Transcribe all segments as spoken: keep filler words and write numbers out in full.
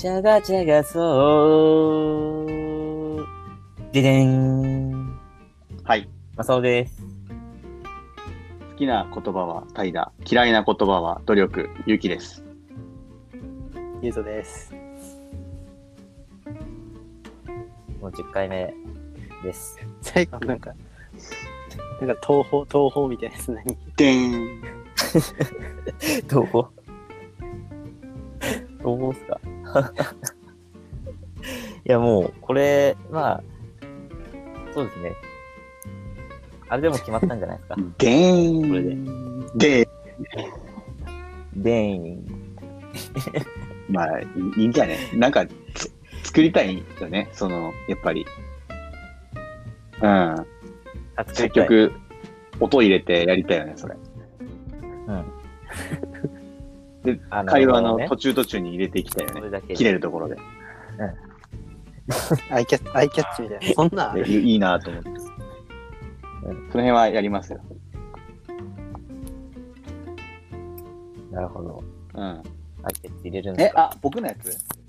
チャガチャガそうででん。 はい。 マサオです。 好きな言葉は怠惰、嫌いな言葉は努力、ゆうきです。 ゆうとです。 もうじゅっかいめです。 最後なんかなんか東宝東宝みたいなやつ何？ でーん。 東宝東宝っすかいやもうこれまあそうですね。あれでも決まったんじゃないですか。 でーん。 これで。 でーん。でーん。 まあいいいんじゃね。なんか作りたいよね。そのやっぱり。うん。結局音入れてやりたいよねそれ。 うん。 で、あのーね、会話の途中途中に入れていきたいよね。切れるところで。 うん。アイキャッチアイキャッチみたいな。そんな。 いいなと思って。うん、その辺はやりますよ。 なるほど。 うん。アイキャッチ入れるんですか。 え、あ、僕のやつ。うん。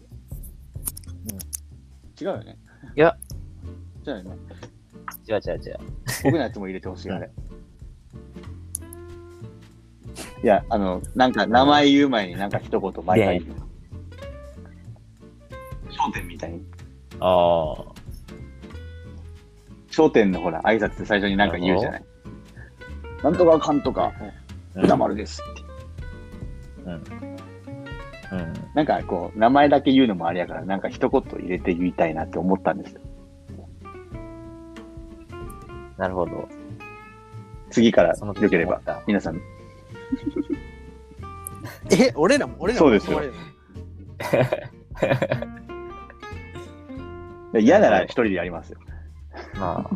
違うよね。 いや。 違うよね。 違う違う違う。 僕のやつも入れてほしいあれ。いや、あの、なんか名前言う前になんか一言毎回言う。商店みたいに。 ああ。 商店のほら、挨拶って最初になんか言うじゃない。なんとかかんとか、歌丸ですって。 うん。うん。 なんかこう、名前だけ言うのもあれやから、なんか一言入れて言いたいなって思ったんですよ。 なるほど。 次から良ければ、皆さん。 え、俺らも俺らもそうですよ。嫌なら一人でやりますよ。 ま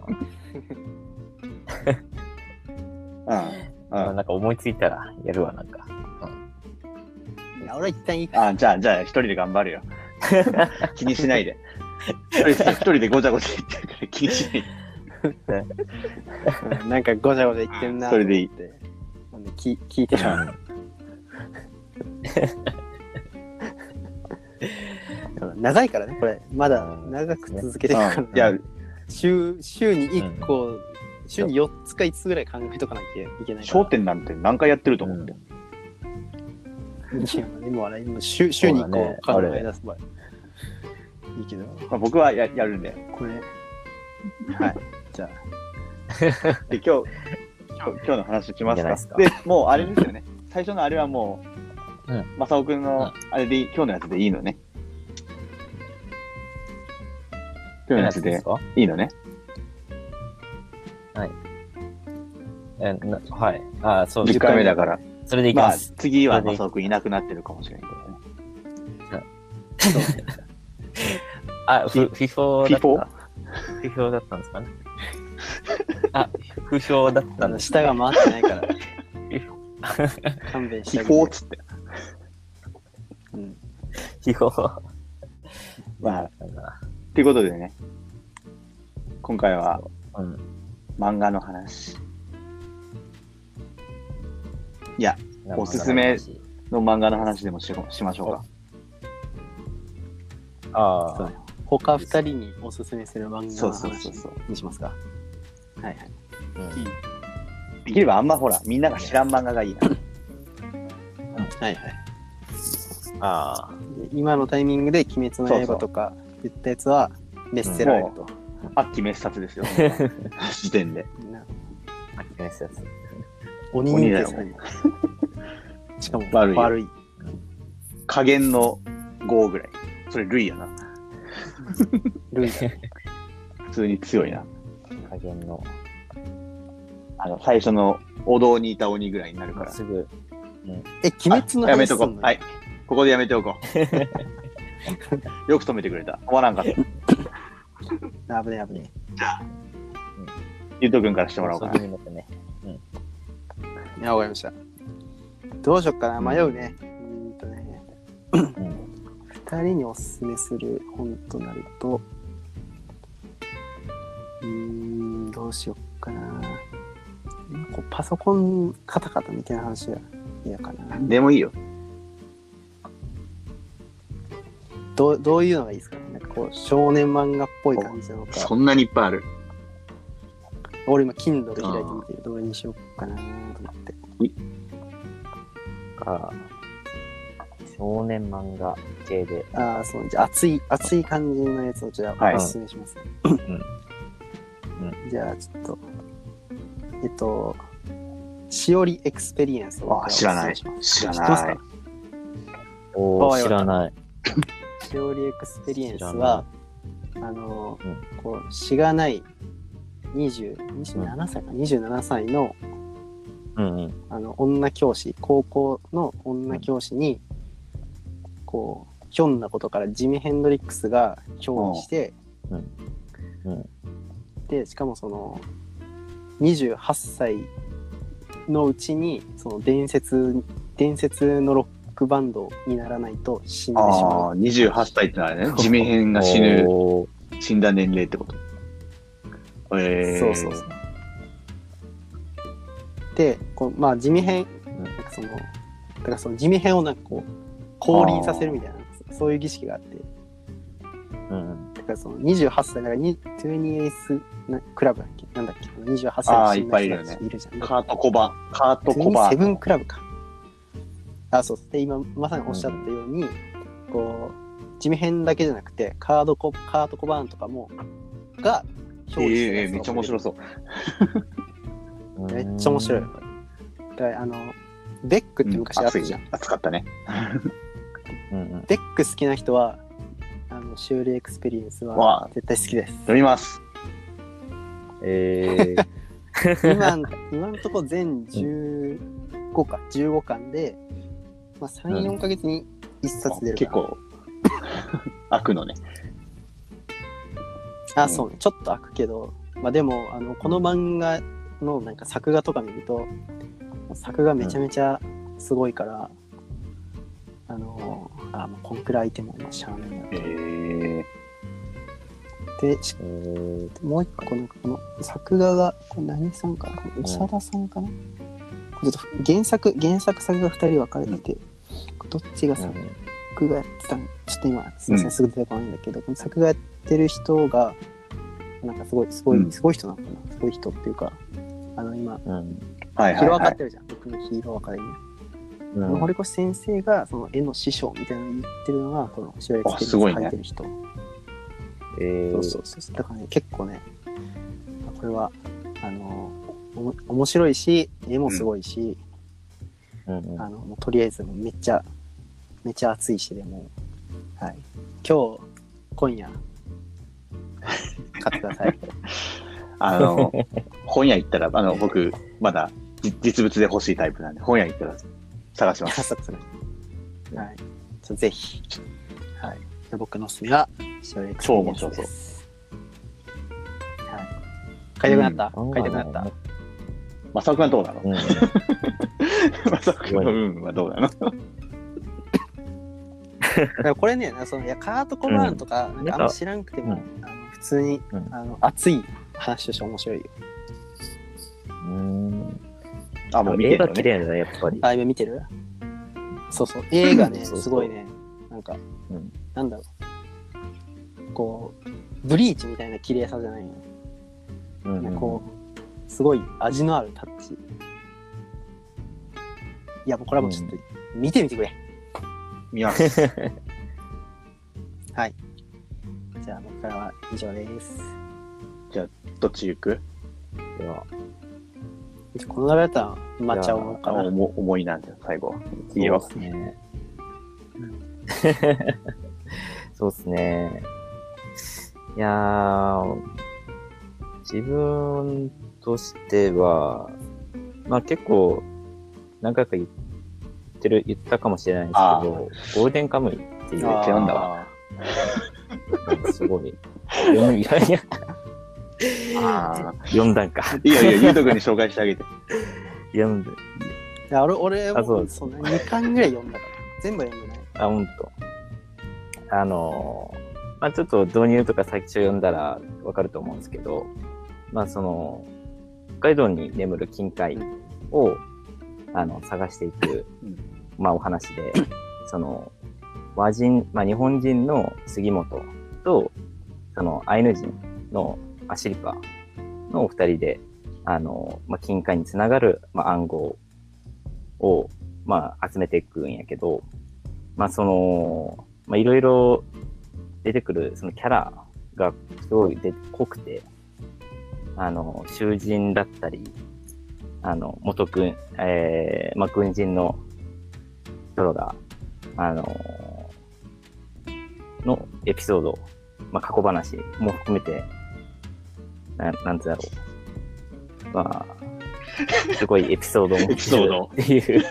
あ。うん。うん。 なんか思いついたらやるわ、なんか。 うん、いや、俺は一旦いいか。あ、じゃあ、じゃあ一人で頑張るよ。気にしないで。一人, 一人でごちゃごちゃ言ってるから気にしないで。 うん、なんかごちゃごちゃ言ってるな。 それでいい。 聞, 聞いてる。長いからね、これ。まだ長く続けてるから、ね。 いや、 週、週にいっこ、うん、週によっつかいつつぐらい考えとかなきゃいけないから。 焦点なんて何回やってると思って。 うん、いや、でもあれ、今週、週にいっこ考え出す場合。いいけど。 まあ、僕は や, やるんで。 これ。はい。じゃあ。 で、今日、今日、今日の話しますか。すかで、もうあれですよね。最初のあれはもう、うん、マサオくんのあれで、うん、今日のやつでいいのね。今日のやつでいいのね。 はい。えなはい。あ、そう。 じゅっかいめだから。 それでいきます。 まあ、次はマサオくんいなくなってるかもしれないけどね。 あ、フィフォーだった。 フィフォーフィフォーだったんですかね。あ、不評だったんです、 ね。下が回ってないから。勘弁して。 フィフォーっつって。 うん。 フィフォー。 まあ、ということでね、今回は、うん、漫画の話。いや、おすすめの漫画の話でも し, しましょうか。 ああ。 他二人におすすめする漫画の話にしますか。はいはい。 うん、できればあんまほらみんなが知らん漫画がいいな。うん、 はいはい。 ああ。 今のタイミングで鬼滅の刃とか言ったやつは滅せられると。 秋滅殺ですよ。時点で。 秋滅殺。 鬼人ですね。しかも悪い。 悪い。 加減のごぐらい。それ類やな。 類。 普通に強いな。 加減の。 あの最初のお堂にいた鬼ぐらいになるから。 すぐ。 うん、え、鬼滅のやめとこう。はい。ここでやめておこう。よく止めてくれた。止まらんかった。 危ね危ね。 じゃあ、うん、ゆうとくんからしてもらおうかな。 ね、 うん。いや、わかりました。どうしよっかな、迷うね。うんとね。二人におすすめする本となると、うーん、どうしよっかな。こうパソコンカタカタみたいな話が嫌かな。 でもいいよ。 どうどういうのがいいですかね。なんかこう少年漫画っぽい感じなのか。 そんなにいっぱいある。 俺今 Kindle 開いてみてる。どれにしようかなと思って。 か少年漫画系で。 ああ、そう。じゃあ熱い熱い感じのやつをじゃあ、 はい、 おすすめしますね。 うんうん、じゃあちょっとえっとしおりエクスペリエンスを知らない知らない。 おー知らない。 しおりエクスペリエンスはあの、 うん、 こうしがないにじゅう、にじゅうななさいか、うん、にじゅうななさいの、 うんうん、 あの女教師、高校の女教師に、こうひょんなことからジミ・ヘンドリックスが憑依して、 うんうん、 でしかもそのにじゅうはっさいのうちにその伝説伝説のロックバンドにならないと死んでしまう。 ああ、にじゅうはっさいってのはね、ジミヘンが死ぬ死んだ年齢ってこと。えー、 そうそうそう。で、こうまあ地味編、 うん、 なんかそのだからその地味編をなんかこう降臨させるみたいなそういう儀式があって、 うん、 だからそのにじゅうはっさいだからにじゅうにエースクラブだっけなんだっけにじゅうはっさいの死んだ人たちいるじゃん。 カートコバカートコバセブンクラブか。あ、そうで今まさにおっしゃったように、うん、こう地味編だけじゃなくてカードコカートコバーンとかもが表示してる、えー、めっちゃ面白そう。 めっちゃ面白い。だからあのベックって昔あったじゃん。 うん、熱かったね。 うんうん、 ベック好きな人はあのシューリーエクスペリエンスは絶対好きです。 読みます。 えー、 今今のところ全じゅうごか、うん、じゅうごかんで、まあ、さん、よんかげつにいっさつ出るから、 うん、結構開くのね。 あ、そうね、ちょっと開くけど、まあでもあのこの漫画のなんか作画とか見ると作画めちゃめちゃすごいから、うん、あのあもうこんくらいいてもしゃあないな。 えー、 で、えー、もう一個なんかこの作画がこれ何さんかな、長田さんかな、うん、ちょっと原作原作作画ふたり分かれてて、うん、どっちが作画やってたの、ちょっと今すいません、うん、すぐ出てこないんだけど、この作画やってる人がなんかすごいすごい、うん、すごい人なのかな、すごい人っていうか、あの今、うん、 はいはいはい、 ヒロアカってるじゃん、僕のヒーローアカデミア、うん、堀越先生がその絵の師匠みたいなのを言ってるのがこのシュレックスペリエンス描いてる人、 えー、 そうそうそう、だからね結構ねこれはあのおも面白いし絵もすごいし、うんうんうん、あのもうとりあえずめっちゃめっちゃ熱いしでもう、はい、今日今夜買ってください。 あの本屋行ったらあの僕まだ実物で欲しいタイプなんで本屋行ったら探します。 はい、ちょぜひ、はい、僕のおすすめはシュレックスペリエンスです。はい、買いたくなった、うん、買いたくなった。 マサオくんはどうなの？うん、マサオくんの運はどうなの？ これね、そのいやカート・コバーンとか、うん、なんかあんま知らんくても、うん、あの普通に、うん、あの熱い話として面白いよ。 うーん。 あ、もう見てる、ね、 映画綺麗だね、やっぱり。 あ、今見てる？そうそう。映画ね、すごいね、なんか、うん、なんだろう。こう、ブリーチみたいな綺麗さじゃないよ。うんうん、こう、すごい味のあるタッチ。いや、もうこれはもうちょっと見てみてくれ。 うん、見ます。 はい。じゃあ、僕からは以上です。 じゃあ、どっち行く？ では。 この流れだったら抹茶を飲むかな。 重いなんだよ、最後。いいよ。 そうですね。そうですね。いやー、自分としては、まあ結構何回か言ってる、言ったかもしれないですけど、ゴールデンカムイっていう。 めっちゃ読んだわ。 すごい。読む、いやいや。あ読んだんか。 いやいや、ゆうとくんに紹介してあげて。 読んで。いや俺、俺もそうそんなにかんぐらい読んだから。全部読んでない。 あ、ほんと。あのー、まあちょっと導入とか最初読んだらわかると思うんですけど、まあその、北海道に眠る金塊を、あの、探していく、まあお話で、その、 和人、まあ、日本人の杉本と、そのアイヌ人のアシリパのお二人で、あの、まあ、金貨につながる、まあ、暗号を、まあ、集めていくんやけど、まあ、その、まあ、いろいろ出てくる、そのキャラがすごいで濃くて、あの、囚人だったり、あの、元軍、えー、まあ、軍人の人が、あのー、のエピソード、まあ、過去話も含めて、ななんつうだろう。まあ、すごいエピソードもエピソードっていう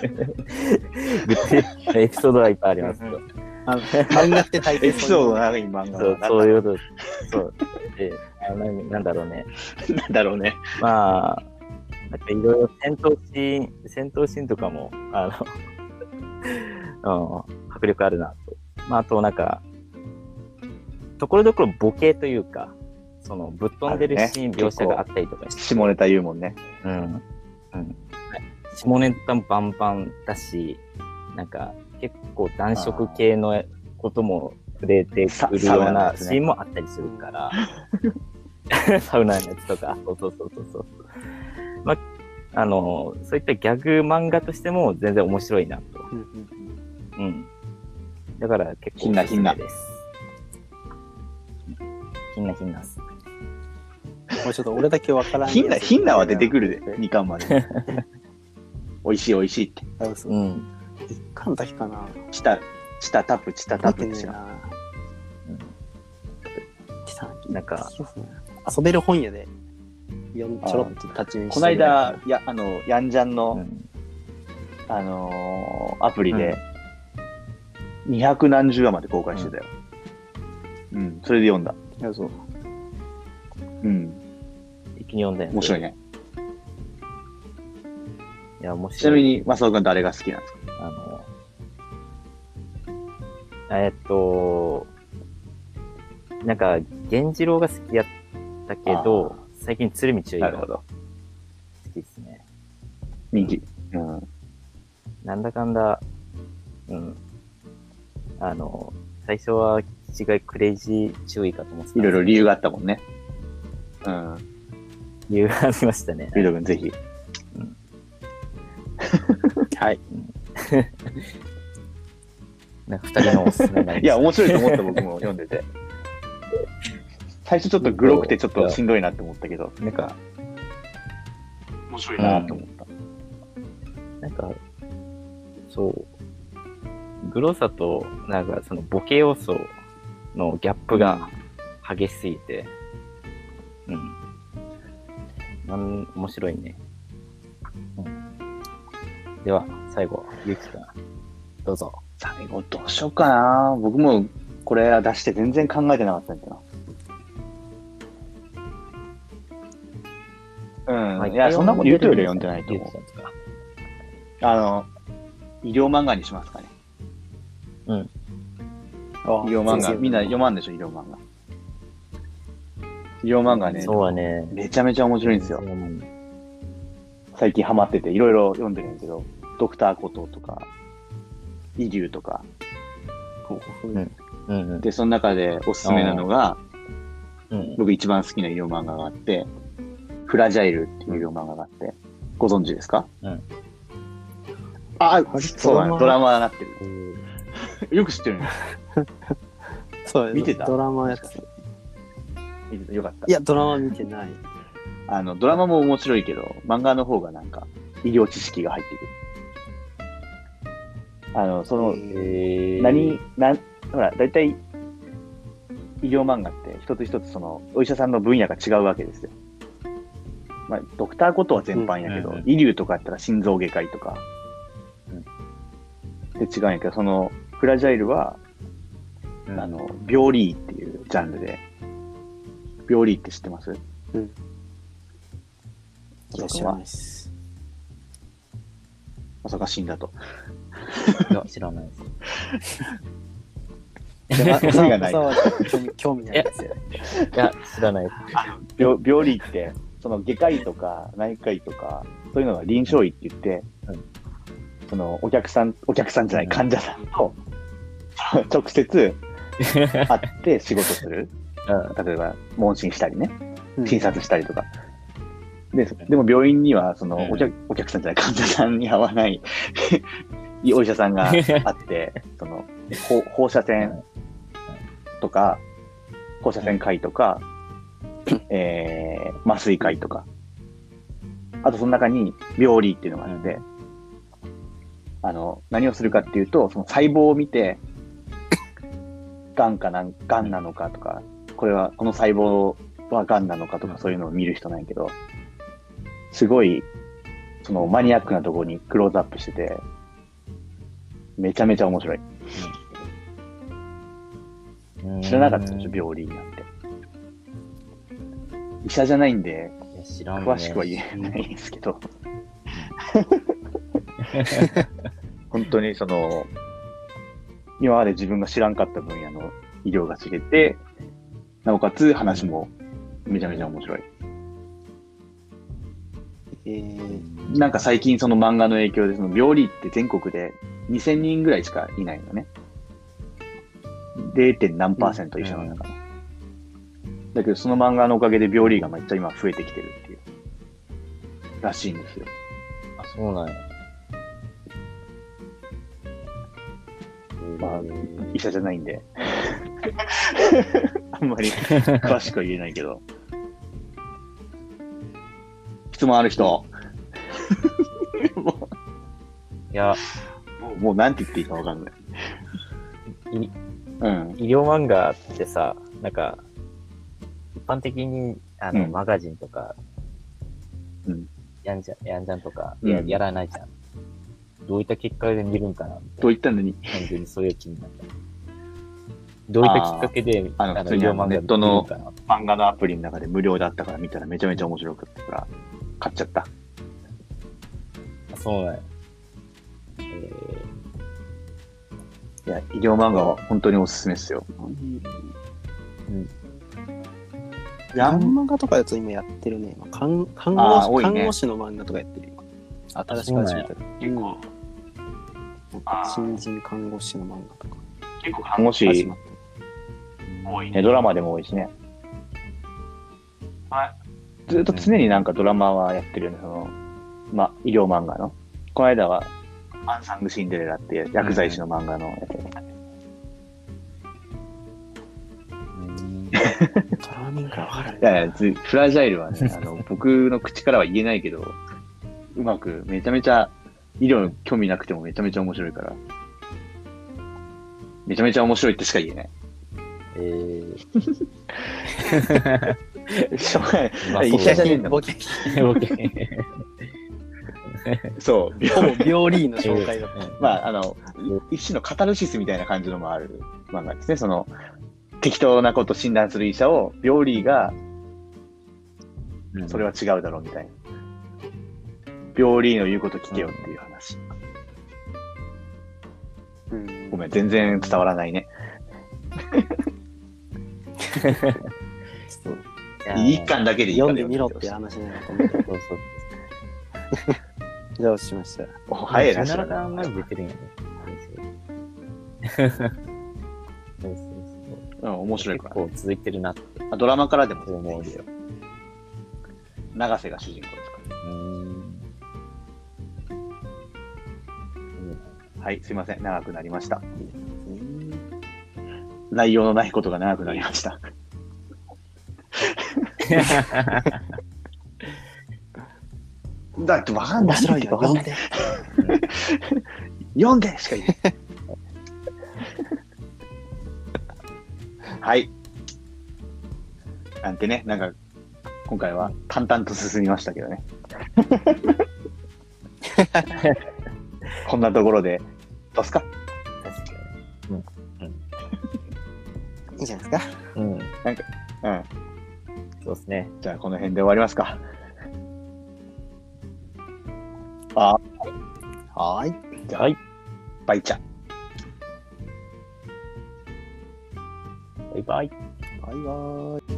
エピソードはいっぱいありますけど。 あの漫画って大抵エピソードな長い漫画そうはそういうことです。そう。で、あななんだろうね。 なんだろうね。 まあ、なんかいろいろ戦闘シーン、戦闘シーンとかも、あの、うん、迫力あるなと。まあ、あとなんか、ところどころボケというか、そのぶっ飛んでるシーン、描写があったりとかして。 下ネタ言うもんね。 うん。うん。下ネタもバンバンだし、なんか結構男色系のことも触れてくるようなシーンもあったりするから、サウナのやつとか、そうそうそうそうそう。まあ、あの、そういったギャグ漫画としても全然面白いなと。 うんうんうん。だから結構おすすめです。ひんなひんなっす。 もうちょっと俺だけわからん。 ひんな、ひんなは出てくるで、にかんまで。美味しい美味しいって。 あ、そう。 うん。 一巻だけかな。 チタ、チタタプ、チタタプって知らん。 な。チタなんか、 遊べる本屋で、よんちょろっと立ち見して。 この間、や、あの、ヤンジャンの、 うん、 あのー、アプリで、二百何十話まで公開してたよ。うん、うん、それで読んだ。 いや、そう。 うん。 一気に読んだよね。 面白いね。 いや、面白い。 ちなみに、マサオ君誰が好きなんですか？ あの、えー、っと、なんか、源次郎が好きやったけど、最近鶴見中尉が好きですね。 人気。うん。 なんだかんだ、うん。あの、最初は違いクレイジー注意かと思ってた。 いろいろ理由があったもんね。うん。 理由がありましたね。 リド君ぜひ。 うん、 はい。 なんか二人のおすすめないいや、面白いと思った僕も読んでて。最初ちょっとグロくてちょっとしんどいなって思ったけど、なんか、面白いなと思った。 なんか、そう、グロさと、なんかそのボケ要素のギャップが激しすぎて、うん。なん面白いね。うん、では、最後、ゆきくん、どうぞ。 最後どうしようかな。僕もこれ出して全然考えてなかったんだけど。うん。まあ、いや、そんなこと言うとより読んでないと思う。あの、医療漫画にしますかね。 うん。 医療漫画、みんな読まんでしょ、医療漫画。医療漫画ね、 そうはね、 めちゃめちゃ面白いんですよ。最近ハマってて、いろいろ読んでるんですけど、ドクターコトーとか、イリュウとか、 うんうんうん、 で、その中でおすすめなのが、 うん、 僕一番好きな医療漫画があって、フラジャイルっていう医療漫画があって、ご存知ですか？うん。あ、そうだね、ドラマになってる。よく知ってるね。 そう見てた？ ドラマやつ。 見てた、よかった。 いや、ドラマ見てない。 あの、ドラマも面白いけど、漫画の方がなんか、医療知識が入ってくる。あの、その、えー、何、な、ほら、だいたい医療漫画って一つ一つその、お医者さんの分野が違うわけですよ。まあ、ドクターことは全般やけど、うんうんうん、医療とかやったら心臓外科医とか、うん、で違うんやけど、その、フラジャイルは、うん、あの、病理医っていうジャンルで、病理医って知ってます？うん。 いや、知らないです。 まさか死んだと。 いや、知らないです。 興味がない。 興味ないですよ。 いや、知らないです。 病、病理医って、その外科医とか内科医とか、そういうのが臨床医って言って、うん、そのお客さん、お客さんじゃない、うん、患者さんと直接会って仕事する。例えば、問診したりね、診察したりとか。で、でも病院には、そのお客、お客さんじゃない、患者さんに合わないお医者さんがあって、その、放射線とか、放射線科医とか、えー、麻酔科医とか、あとその中に病理っていうのがあって、あの、何をするかっていうと、その細胞を見て、癌かなん、癌なのかとか、これは、この細胞は癌なのかとか、そういうのを見る人なんやけど、すごい、そのマニアックなところにクローズアップしてて、めちゃめちゃ面白い。知らなかったでしょ、病理なんて。医者じゃないんで、 知らんね、 詳しくは言えないですけど。本当にその、今まで自分が知らんかった分野の医療が知れて、なおかつ話もめちゃめちゃ面白い。 えー、 なんか最近その漫画の影響で、その病理って全国でにせんにんぐらいしかいないのね。ゼロ. 点何パーセント医者なんだから。だけどその漫画のおかげで病理がめっちゃ今増えてきてるっていう。らしいんですよ。 あ、そうなんや。 まあ、医者じゃないんで。あんまり詳しくは言えないけど。質問ある人いや、 もう、もうなんて言っていいかわかんない。 いうん、 医療漫画ってさ、なんか、一般的にあの、うん、マガジンとか、 うん、 やんじゃん、やんじゃんとかや、うん、やらないじゃん。どういった結果で見るんかなみたいな。 どういったのに完全にそういう気になった。どういったきっかけで、 あの、あの医療漫画ネットの漫画のアプリの中で無料だったから見たらめちゃめちゃ面白かったから、買っちゃった。 あ、そうなんや。えー、いや、医療漫画は本当におすすめですよ。うん。 ヤンマガとかやつ今やってるね。看看護師、ね、看護師の漫画とかやってるよ。新しく始めたら。結構。新人看護師の漫画とか。 結構看護師多いね。ドラマでも多いしね。はい。ずっと常になんかドラマはやってるよね。その、ま、医療漫画の。この間は、アンサングシンデレラっていう薬剤師の漫画のやつ。 トラーミングから分からいやいや、フラジャイルはね、あの、僕の口からは言えないけど、うまく、めちゃめちゃ、医療に興味なくてもめちゃめちゃ面白いから、めちゃめちゃ面白いってしか言えない。えー。しょうがない。医者じゃねえんだもん。そう。 ほぼ病理の紹介だった。 まあ、あの、一種のカタルシスみたいな感じのもある漫画ですね。その、適当なこと診断する医者を、病理が、それは違うだろうみたいな。病理の言うこと聞けよっていう話。うん、ごめん、全然伝わらないね。一巻だけでいいから読んでみろっていう話なのと思って。そうそう。どうしました。 お、早いな。 なかなかあんまり出てるんやね。そうそうそう。 うん、面白いから。 結構続いてるなって。 ドラマからでも思うんですよ。永瀬が主人公ですから。うーん。はい、すいません。長くなりました。内容のないことが長くなりました。だってわかんない。 面白いよ、読んで。 読んでしか言えない。はい。なんてね、なんか、今回は淡々と進みましたけどね。こんなところで、どうすか？ 確かに。うん。うん。 いいじゃないですか。 うん。 なんか、うん。 そうですね。 じゃあ、この辺で終わりますか。あはーい。 じゃあ、はい、バイチャ。 バイバイ。 バイバイ。